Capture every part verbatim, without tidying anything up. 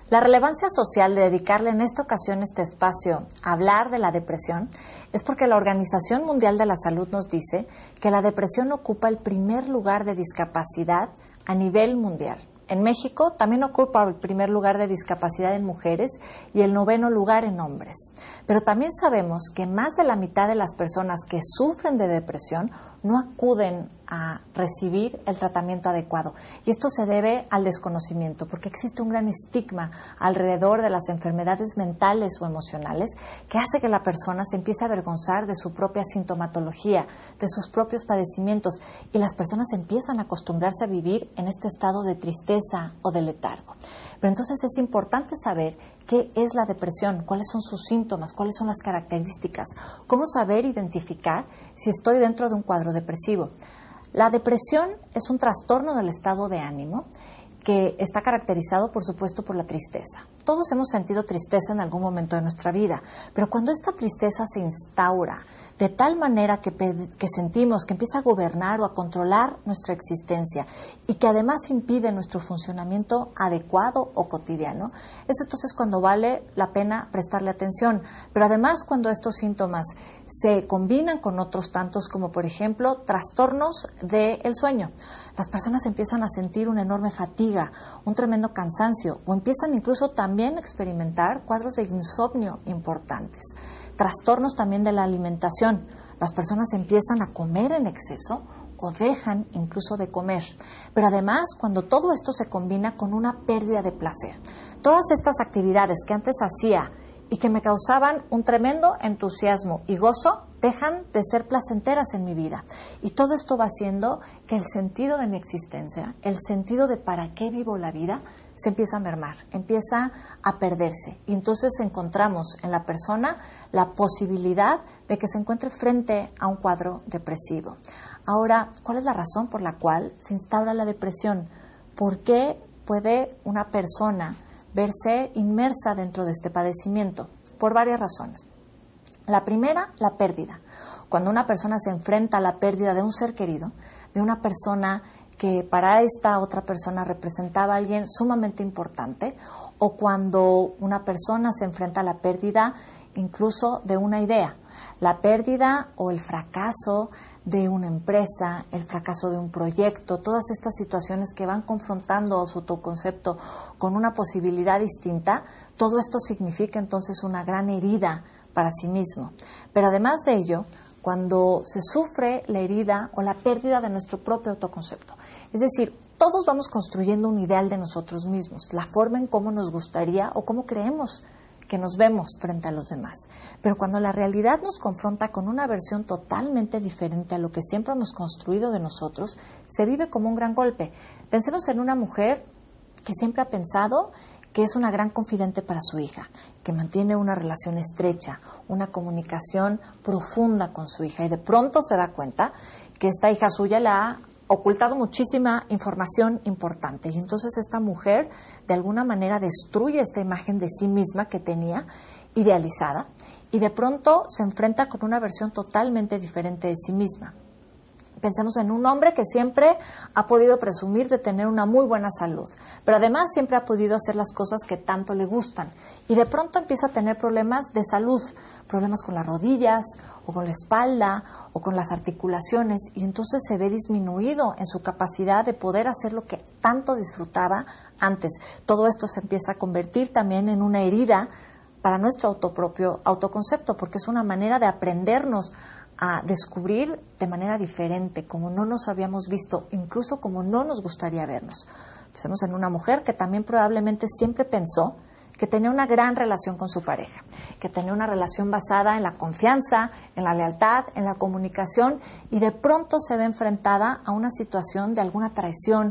La relevancia social de dedicarle en esta ocasión este espacio a hablar de la depresión es porque la Organización Mundial de la Salud nos dice que la depresión ocupa el primer lugar de discapacidad a nivel mundial. En México también ocupa el primer lugar de discapacidad en mujeres y el noveno lugar en hombres. Pero también sabemos que más de la mitad de las personas que sufren de depresión no acuden a recibir el tratamiento adecuado. Y esto se debe al desconocimiento, porque existe un gran estigma alrededor de las enfermedades mentales o emocionales que hace que la persona se empiece a avergonzar de su propia sintomatología, de sus propios padecimientos, y las personas empiezan a acostumbrarse a vivir en este estado de tristeza o de letargo. Pero entonces es importante saber qué es la depresión, cuáles son sus síntomas, cuáles son las características, cómo saber identificar si estoy dentro de un cuadro depresivo. La depresión es un trastorno del estado de ánimo que está caracterizado, por supuesto, por la tristeza. Todos hemos sentido tristeza en algún momento de nuestra vida, pero cuando esta tristeza se instaura de tal manera que, que sentimos que empieza a gobernar o a controlar nuestra existencia y que además impide nuestro funcionamiento adecuado o cotidiano, es entonces cuando vale la pena prestarle atención. Pero además cuando estos síntomas se combinan con otros tantos, como por ejemplo trastornos del sueño, las personas empiezan a sentir una enorme fatiga, un tremendo cansancio, o empiezan incluso también a experimentar cuadros de insomnio importantes. Trastornos también de la alimentación. Las personas empiezan a comer en exceso o dejan incluso de comer. Pero además, cuando todo esto se combina con una pérdida de placer. Todas estas actividades que antes hacía y que me causaban un tremendo entusiasmo y gozo, dejan de ser placenteras en mi vida. Y todo esto va haciendo que el sentido de mi existencia, el sentido de para qué vivo la vida, se empieza a mermar, empieza a perderse. Y entonces encontramos en la persona la posibilidad de que se encuentre frente a un cuadro depresivo. Ahora, ¿cuál es la razón por la cual se instaura la depresión? ¿Por qué puede una persona verse inmersa dentro de este padecimiento? Por varias razones. La primera, la pérdida. Cuando una persona se enfrenta a la pérdida de un ser querido, de una persona que para esta otra persona representaba a alguien sumamente importante, o cuando una persona se enfrenta a la pérdida incluso de una idea, la pérdida o el fracaso de una empresa, el fracaso de un proyecto, todas estas situaciones que van confrontando su autoconcepto con una posibilidad distinta, todo esto significa entonces una gran herida para sí mismo. Pero además de ello, cuando se sufre la herida o la pérdida de nuestro propio autoconcepto, es decir, todos vamos construyendo un ideal de nosotros mismos, la forma en cómo nos gustaría o cómo creemos que nos vemos frente a los demás. Pero cuando la realidad nos confronta con una versión totalmente diferente a lo que siempre hemos construido de nosotros, se vive como un gran golpe. Pensemos en una mujer que siempre ha pensado que es una gran confidente para su hija, que mantiene una relación estrecha, una comunicación profunda con su hija, y de pronto se da cuenta que esta hija suya le ha ocultado muchísima información importante. Y entonces esta mujer de alguna manera destruye esta imagen de sí misma que tenía idealizada y de pronto se enfrenta con una versión totalmente diferente de sí misma. Pensemos en un hombre que siempre ha podido presumir de tener una muy buena salud, pero además siempre ha podido hacer las cosas que tanto le gustan y de pronto empieza a tener problemas de salud, problemas con las rodillas o con la espalda o con las articulaciones, y entonces se ve disminuido en su capacidad de poder hacer lo que tanto disfrutaba antes. Todo esto se empieza a convertir también en una herida para nuestro autopropio autoconcepto, porque es una manera de aprendernos a descubrir de manera diferente, como no nos habíamos visto, incluso como no nos gustaría vernos. Pensemos en una mujer que también probablemente siempre pensó que tenía una gran relación con su pareja, que tenía una relación basada en la confianza, en la lealtad, en la comunicación, y de pronto se ve enfrentada a una situación de alguna traición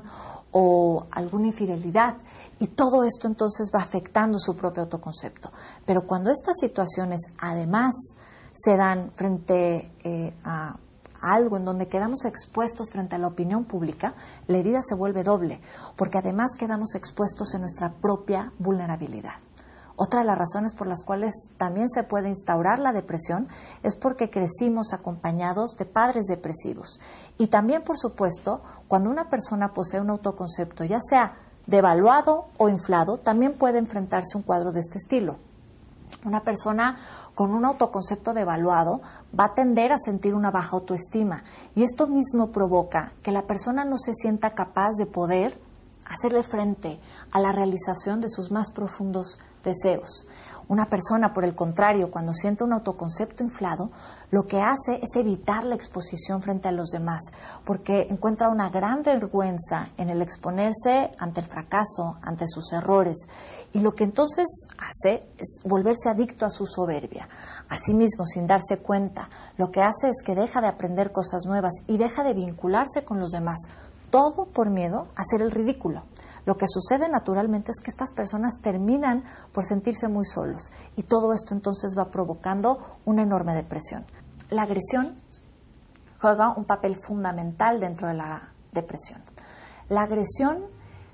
o alguna infidelidad, y todo esto entonces va afectando su propio autoconcepto. Pero cuando estas situaciones además se dan frente eh, a, a algo en donde quedamos expuestos frente a la opinión pública, la herida se vuelve doble, porque además quedamos expuestos en nuestra propia vulnerabilidad. Otra de las razones por las cuales también se puede instaurar la depresión es porque crecimos acompañados de padres depresivos. Y también, por supuesto, cuando una persona posee un autoconcepto, ya sea devaluado o inflado, también puede enfrentarse a un cuadro de este estilo. Una persona con un autoconcepto devaluado va a tender a sentir una baja autoestima y esto mismo provoca que la persona no se sienta capaz de poder hacerle frente a la realización de sus más profundos deseos. Una persona, por el contrario, cuando siente un autoconcepto inflado, lo que hace es evitar la exposición frente a los demás, porque encuentra una gran vergüenza en el exponerse ante el fracaso, ante sus errores, y lo que entonces hace es volverse adicto a su soberbia. Asimismo, sin darse cuenta, lo que hace es que deja de aprender cosas nuevas y deja de vincularse con los demás, todo por miedo a hacer el ridículo. Lo que sucede naturalmente es que estas personas terminan por sentirse muy solos y todo esto entonces va provocando una enorme depresión. La agresión juega un papel fundamental dentro de la depresión. La agresión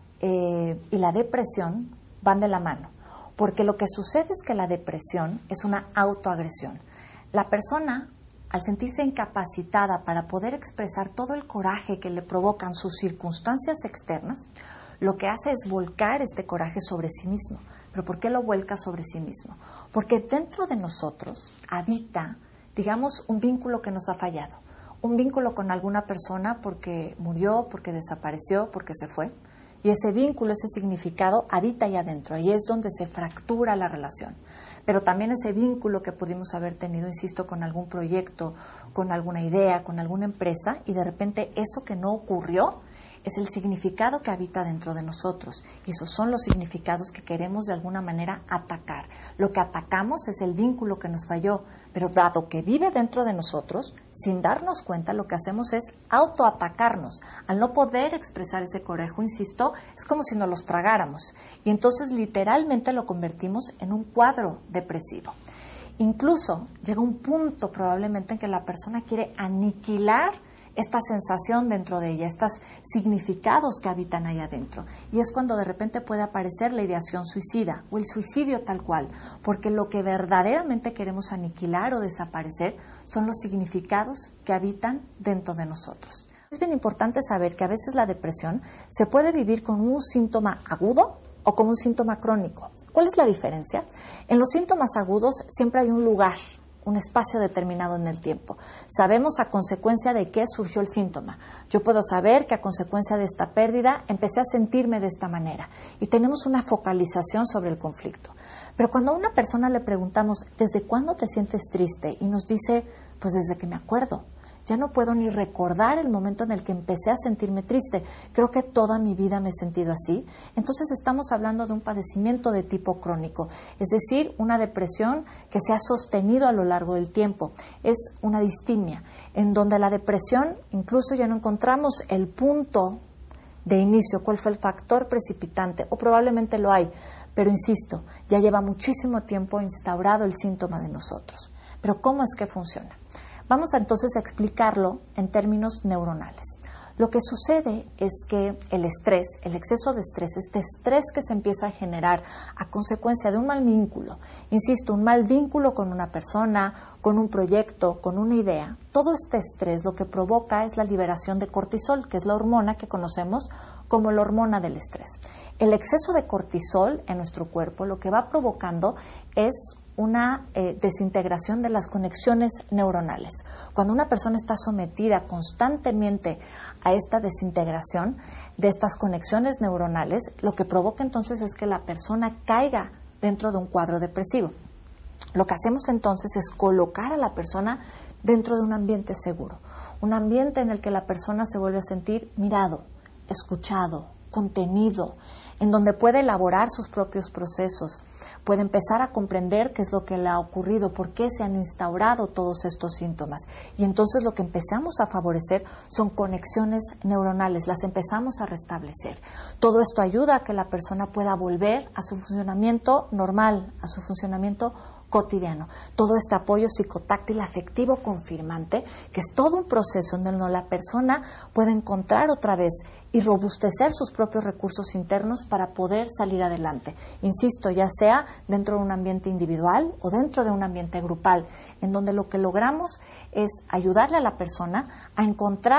eh, y la depresión van de la mano, porque lo que sucede es que la depresión es una autoagresión. La persona, al sentirse incapacitada para poder expresar todo el coraje que le provocan sus circunstancias externas, lo que hace es volcar este coraje sobre sí mismo. ¿Pero por qué lo vuelca sobre sí mismo? Porque dentro de nosotros habita, digamos, un vínculo que nos ha fallado. Un vínculo con alguna persona porque murió, porque desapareció, porque se fue. Y ese vínculo, ese significado habita ahí adentro. Ahí es donde se fractura la relación. Pero también ese vínculo que pudimos haber tenido, insisto, con algún proyecto, con alguna idea, con alguna empresa, y de repente eso que no ocurrió es el significado que habita dentro de nosotros. Y esos son los significados que queremos de alguna manera atacar. Lo que atacamos es el vínculo que nos falló, pero dado que vive dentro de nosotros, sin darnos cuenta, lo que hacemos es autoatacarnos. Al no poder expresar ese coraje, insisto, es como si nos los tragáramos. Y entonces literalmente lo convertimos en un cuadro depresivo. Incluso llega un punto probablemente en que la persona quiere aniquilar esta sensación dentro de ella, estos significados que habitan ahí adentro. Y es cuando de repente puede aparecer la ideación suicida o el suicidio tal cual, porque lo que verdaderamente queremos aniquilar o desaparecer son los significados que habitan dentro de nosotros. Es bien importante saber que a veces la depresión se puede vivir con un síntoma agudo o como un síntoma crónico. ¿Cuál es la diferencia? En los síntomas agudos siempre hay un lugar, un espacio determinado en el tiempo. Sabemos a consecuencia de qué surgió el síntoma. Yo puedo saber que a consecuencia de esta pérdida empecé a sentirme de esta manera y tenemos una focalización sobre el conflicto. Pero cuando a una persona le preguntamos ¿desde cuándo te sientes triste? Y nos dice, pues desde que me acuerdo. Ya no puedo ni recordar el momento en el que empecé a sentirme triste. Creo que toda mi vida me he sentido así. Entonces estamos hablando de un padecimiento de tipo crónico, es decir, una depresión que se ha sostenido a lo largo del tiempo. Es una distimia, en donde la depresión incluso ya no encontramos el punto de inicio, cuál fue el factor precipitante, o probablemente lo hay, pero insisto, ya lleva muchísimo tiempo instaurado el síntoma de nosotros. Pero ¿cómo es que funciona? Vamos a, entonces a explicarlo en términos neuronales. Lo que sucede es que el estrés, el exceso de estrés, este estrés que se empieza a generar a consecuencia de un mal vínculo, insisto, un mal vínculo con una persona, con un proyecto, con una idea, todo este estrés lo que provoca es la liberación de cortisol, que es la hormona que conocemos como la hormona del estrés. El exceso de cortisol en nuestro cuerpo lo que va provocando es una eh, desintegración de las conexiones neuronales. Cuando una persona está sometida constantemente a esta desintegración de estas conexiones neuronales, lo que provoca entonces es que la persona caiga dentro de un cuadro depresivo. Lo que hacemos entonces es colocar a la persona dentro de un ambiente seguro, un ambiente en el que la persona se vuelve a sentir mirado, escuchado, contenido, en donde puede elaborar sus propios procesos, puede empezar a comprender qué es lo que le ha ocurrido, por qué se han instaurado todos estos síntomas. Y entonces lo que empezamos a favorecer son conexiones neuronales, las empezamos a restablecer. Todo esto ayuda a que la persona pueda volver a su funcionamiento normal, a su funcionamiento cotidiano. Todo este apoyo psicotáctil afectivo confirmante, que es todo un proceso en donde la persona puede encontrar otra vez y robustecer sus propios recursos internos para poder salir adelante. Insisto, ya sea dentro de un ambiente individual o dentro de un ambiente grupal, en donde lo que logramos es ayudarle a la persona a encontrar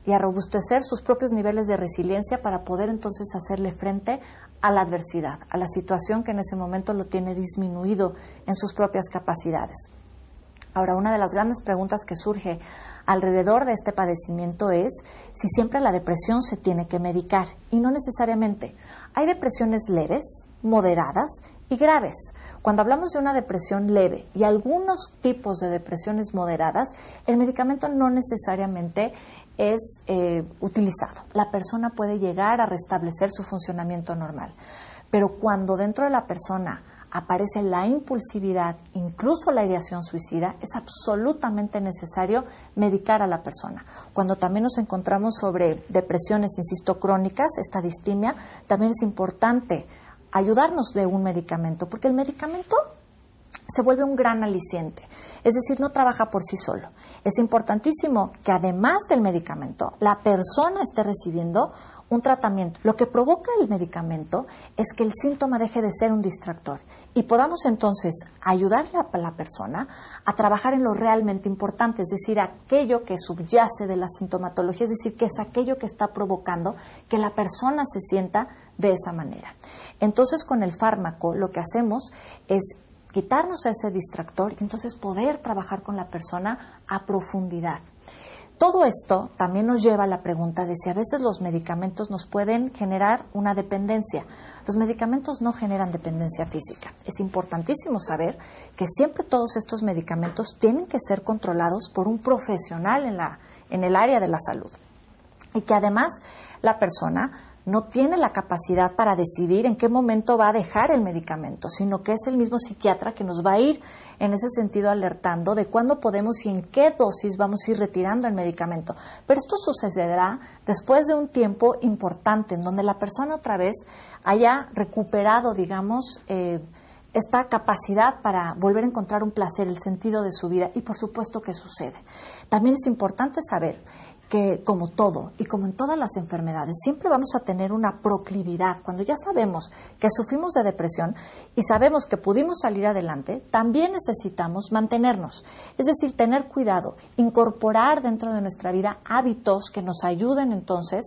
y a robustecer sus propios niveles de resiliencia para poder entonces hacerle frente a la adversidad, a la situación que en ese momento lo tiene disminuido en sus propias capacidades. Ahora, una de las grandes preguntas que surge alrededor de este padecimiento es si siempre la depresión se tiene que medicar, y no necesariamente. Hay depresiones leves, moderadas y graves. Cuando hablamos de una depresión leve y algunos tipos de depresiones moderadas, el medicamento no necesariamente es eh, utilizado. La persona puede llegar a restablecer su funcionamiento normal. Pero cuando dentro de la persona aparece la impulsividad, incluso la ideación suicida, es absolutamente necesario medicar a la persona. Cuando también nos encontramos sobre depresiones, insisto, crónicas, esta distimia, también es importante ayudarnos de un medicamento, porque el medicamento se vuelve un gran aliciente, es decir, no trabaja por sí solo. Es importantísimo que además del medicamento, la persona esté recibiendo un tratamiento. Lo que provoca el medicamento es que el síntoma deje de ser un distractor y podamos entonces ayudarle a la persona a trabajar en lo realmente importante, es decir, aquello que subyace de la sintomatología, es decir, que es aquello que está provocando que la persona se sienta de esa manera. Entonces, con el fármaco lo que hacemos es quitarnos ese distractor y entonces poder trabajar con la persona a profundidad. Todo esto también nos lleva a la pregunta de si a veces los medicamentos nos pueden generar una dependencia. Los medicamentos no generan dependencia física. Es importantísimo saber que siempre todos estos medicamentos tienen que ser controlados por un profesional en la, en el área de la salud. Y que además la persona no tiene la capacidad para decidir en qué momento va a dejar el medicamento, sino que es el mismo psiquiatra que nos va a ir en ese sentido alertando de cuándo podemos y en qué dosis vamos a ir retirando el medicamento. Pero esto sucederá después de un tiempo importante en donde la persona otra vez haya recuperado, digamos, eh, esta capacidad para volver a encontrar un placer, el sentido de su vida, y por supuesto que sucede. También es importante saber que como todo y como en todas las enfermedades, siempre vamos a tener una proclividad. Cuando ya sabemos que sufrimos de depresión y sabemos que pudimos salir adelante, también necesitamos mantenernos. Es decir, tener cuidado, incorporar dentro de nuestra vida hábitos que nos ayuden entonces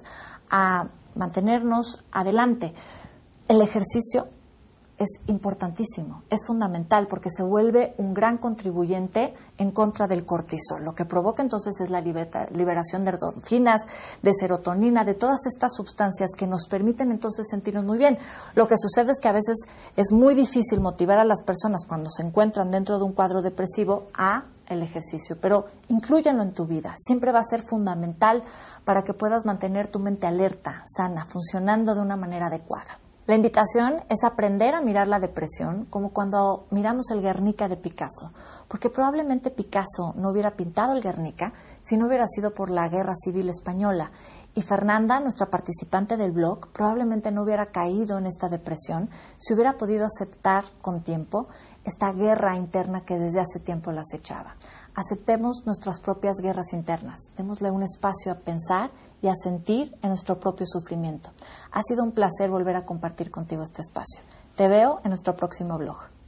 a mantenernos adelante. El ejercicio es importantísimo, es fundamental porque se vuelve un gran contribuyente en contra del cortisol. Lo que provoca entonces es la libera- liberación de endorfinas, de serotonina, de todas estas sustancias que nos permiten entonces sentirnos muy bien. Lo que sucede es que a veces es muy difícil motivar a las personas cuando se encuentran dentro de un cuadro depresivo a el ejercicio, pero inclúyanlo en tu vida. Siempre va a ser fundamental para que puedas mantener tu mente alerta, sana, funcionando de una manera adecuada. La invitación es aprender a mirar la depresión como cuando miramos el Guernica de Picasso, porque probablemente Picasso no hubiera pintado el Guernica si no hubiera sido por la Guerra Civil Española. Y Fernanda, nuestra participante del blog, probablemente no hubiera caído en esta depresión si hubiera podido aceptar con tiempo esta guerra interna que desde hace tiempo la acechaba. Aceptemos nuestras propias guerras internas, démosle un espacio a pensar y a sentir en nuestro propio sufrimiento. Ha sido un placer volver a compartir contigo este espacio. Te veo en nuestro próximo blog.